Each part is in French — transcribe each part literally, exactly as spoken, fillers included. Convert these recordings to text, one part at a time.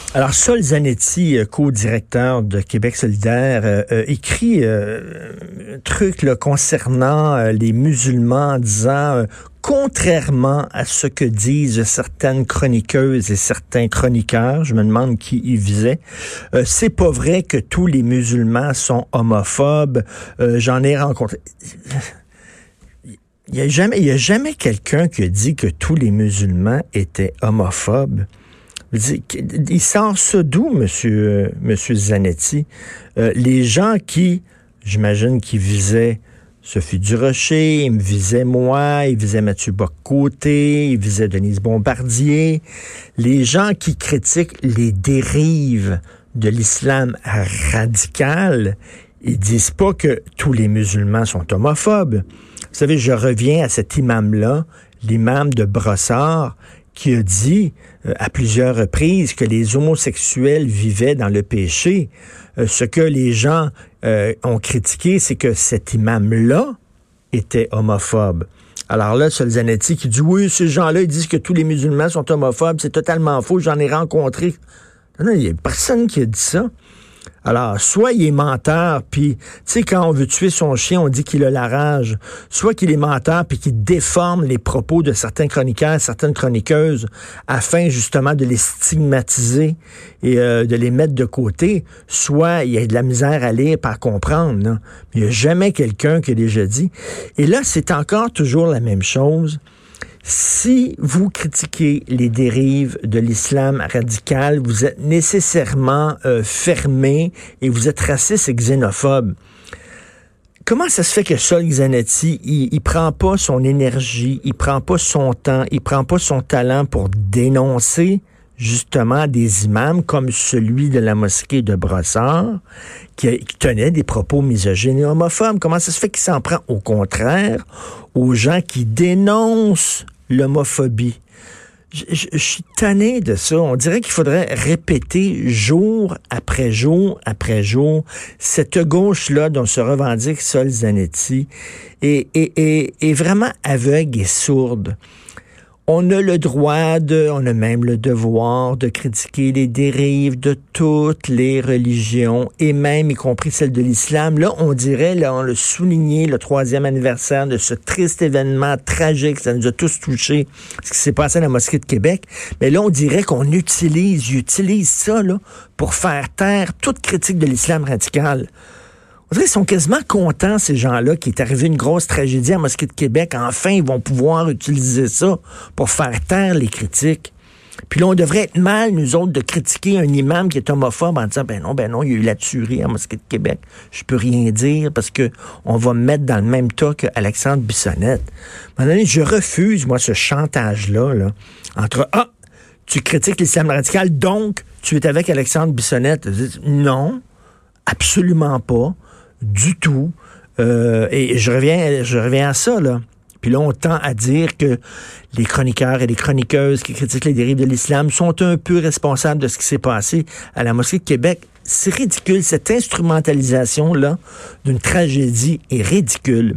Alors, Sol Zanetti, co-directeur de Québec solidaire, euh, euh, écrit euh, un truc là, concernant euh, les musulmans en disant, euh, contrairement à ce que disent certaines chroniqueuses et certains chroniqueurs, je me demande qui y visait, euh, c'est pas vrai que tous les musulmans sont homophobes. Euh, j'en ai rencontré... Il y a jamais, il y a jamais quelqu'un qui a dit que tous les musulmans étaient homophobes. Il sort ça d'où, monsieur, monsieur Zanetti? Euh, les gens qui, j'imagine, qui visaient Sophie Durocher, ils me visaient moi, ils visaient Mathieu Bock-Côté, ils visaient Denise Bombardier. Les gens qui critiquent les dérives de l'islam radical, ils disent pas que tous les musulmans sont homophobes. Vous savez, je reviens à cet imam-là, l'imam de Brossard, qui a dit euh, à plusieurs reprises que les homosexuels vivaient dans le péché. Euh, ce que les gens euh, ont critiqué, c'est que cet imam-là était homophobe. Alors là, Sol Zanetti qui dit, oui, ces gens-là, ils disent que tous les musulmans sont homophobes, c'est totalement faux, j'en ai rencontré. Non, il n'y a personne qui a dit ça. Alors, soit il est menteur, puis, tu sais, quand on veut tuer son chien, on dit qu'il a la rage. Soit qu'il est menteur, puis qu'il déforme les propos de certains chroniqueurs, certaines chroniqueuses, afin justement de les stigmatiser et euh, de les mettre de côté. Soit il y a de la misère à lire, pas à comprendre. Là. Mais il n'y a jamais quelqu'un qui a déjà dit. Et là, c'est encore toujours la même chose. Si vous critiquez les dérives de l'islam radical, vous êtes nécessairement euh, fermé et vous êtes raciste et xénophobe. Comment ça se fait que Sol Zanetti, il, il prend pas son énergie, il prend pas son temps, il prend pas son talent pour dénoncer justement des imams comme celui de la mosquée de Brossard, qui, qui tenait des propos misogynes et homophobes? Comment ça se fait qu'il s'en prend au contraire aux gens qui dénoncent l'homophobie? Je, je, je suis tanné de ça. On dirait qu'il faudrait répéter jour après jour après jour cette gauche-là dont se revendique Sol Zanetti est, est, est, est vraiment aveugle et sourde. On a le droit, de, on a même le devoir de critiquer les dérives de toutes les religions, et même y compris celle de l'islam. Là, on dirait, là, on l'a souligné, le troisième anniversaire de ce triste événement tragique, ça nous a tous touchés, ce qui s'est passé à la mosquée de Québec. Mais là, on dirait qu'on utilise, utilise ça là pour faire taire toute critique de l'islam radical. On dirait qu'ils sont quasiment contents, ces gens-là, qu'il est arrivé une grosse tragédie à la Mosquée de Québec. Enfin, ils vont pouvoir utiliser ça pour faire taire les critiques. Puis là, on devrait être mal, nous autres, de critiquer un imam qui est homophobe en disant, ben non, ben non, il y a eu la tuerie à la Mosquée de Québec. Je peux rien dire parce que on va me mettre dans le même tas qu'Alexandre Bissonnette. À un moment donné, je refuse, moi, ce chantage-là, là, entre, ah, tu critiques l'islam radical, donc tu es avec Alexandre Bissonnette. Non, absolument pas. Du tout. Euh, et je reviens, je reviens à ça, là. Puis là, on tend à dire que les chroniqueurs et les chroniqueuses qui critiquent les dérives de l'islam sont un peu responsables de ce qui s'est passé à la Mosquée de Québec. C'est ridicule. Cette instrumentalisation-là d'une tragédie est ridicule.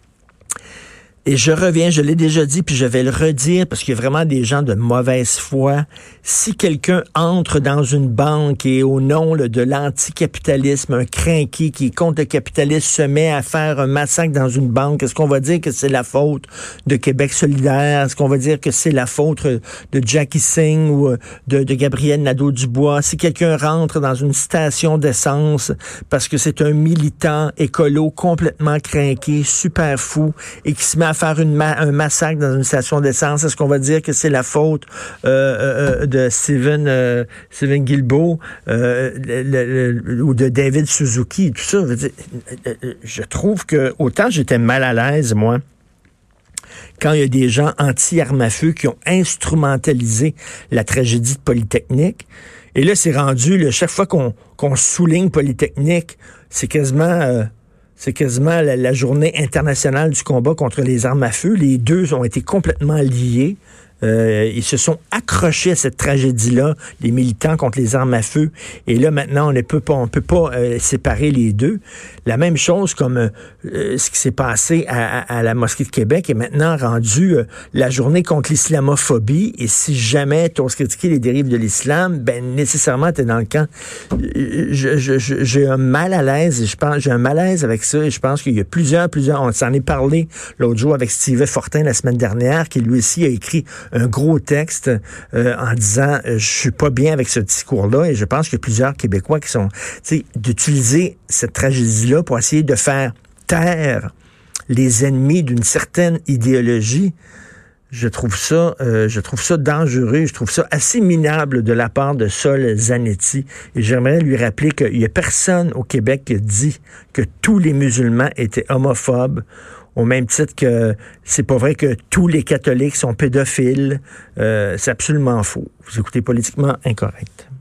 Et je reviens, je l'ai déjà dit, puis je vais le redire, parce qu'il y a vraiment des gens de mauvaise foi. Si quelqu'un entre dans une banque et au nom là, de l'anticapitalisme, un crinqué qui est contre le capitalisme se met à faire un massacre dans une banque, est-ce qu'on va dire que c'est la faute de Québec solidaire? Est-ce qu'on va dire que c'est la faute de Jackie Singh ou de, de Gabriel Nadeau-Dubois? Si quelqu'un rentre dans une station d'essence parce que c'est un militant écolo complètement crinqué, super fou, et qui se met à faire une ma- un massacre dans une station d'essence, est-ce qu'on va dire que c'est la faute euh, euh, de Steven, euh, Steven Guilbeault euh, le, le, le, ou de David Suzuki, tout ça? Je, veux dire, je trouve que autant j'étais mal à l'aise, moi, quand il y a des gens anti-armes à feu qui ont instrumentalisé la tragédie de Polytechnique. Et là, c'est rendu, là, chaque fois qu'on, qu'on souligne Polytechnique, c'est quasiment... Euh, C'est quasiment la, la journée internationale du combat contre les armes à feu. Les deux ont été complètement liés. Euh, ils se sont accrochés à cette tragédie-là, les militants contre les armes à feu. Et là, maintenant, on ne peut pas, on peut pas euh, séparer les deux. La même chose comme euh, ce qui s'est passé à, à, à la Mosquée de Québec est maintenant rendu euh, la journée contre l'islamophobie. Et si jamais tu oses critiquer les dérives de l'islam, ben nécessairement, tu es dans le camp. Je, je, je, j'ai un mal à l'aise, et je pense, j'ai un malaise avec ça, et je pense qu'il y a plusieurs, plusieurs, on s'en est parlé l'autre jour avec Steve Fortin la semaine dernière, qui lui aussi a écrit un gros texte euh, en disant euh, je suis pas bien avec ce discours-là, et je pense qu'il y a plusieurs Québécois qui sont, tu sais, d'utiliser cette tragédie-là pour essayer de faire taire les ennemis d'une certaine idéologie. Je trouve ça, euh, je trouve ça dangereux, je trouve ça assez minable de la part de Sol Zanetti. Et j'aimerais lui rappeler qu'il y a personne au Québec qui dit que tous les musulmans étaient homophobes, au même titre que c'est pas vrai que tous les catholiques sont pédophiles. Euh, c'est absolument faux. Vous écoutez Politiquement Incorrect.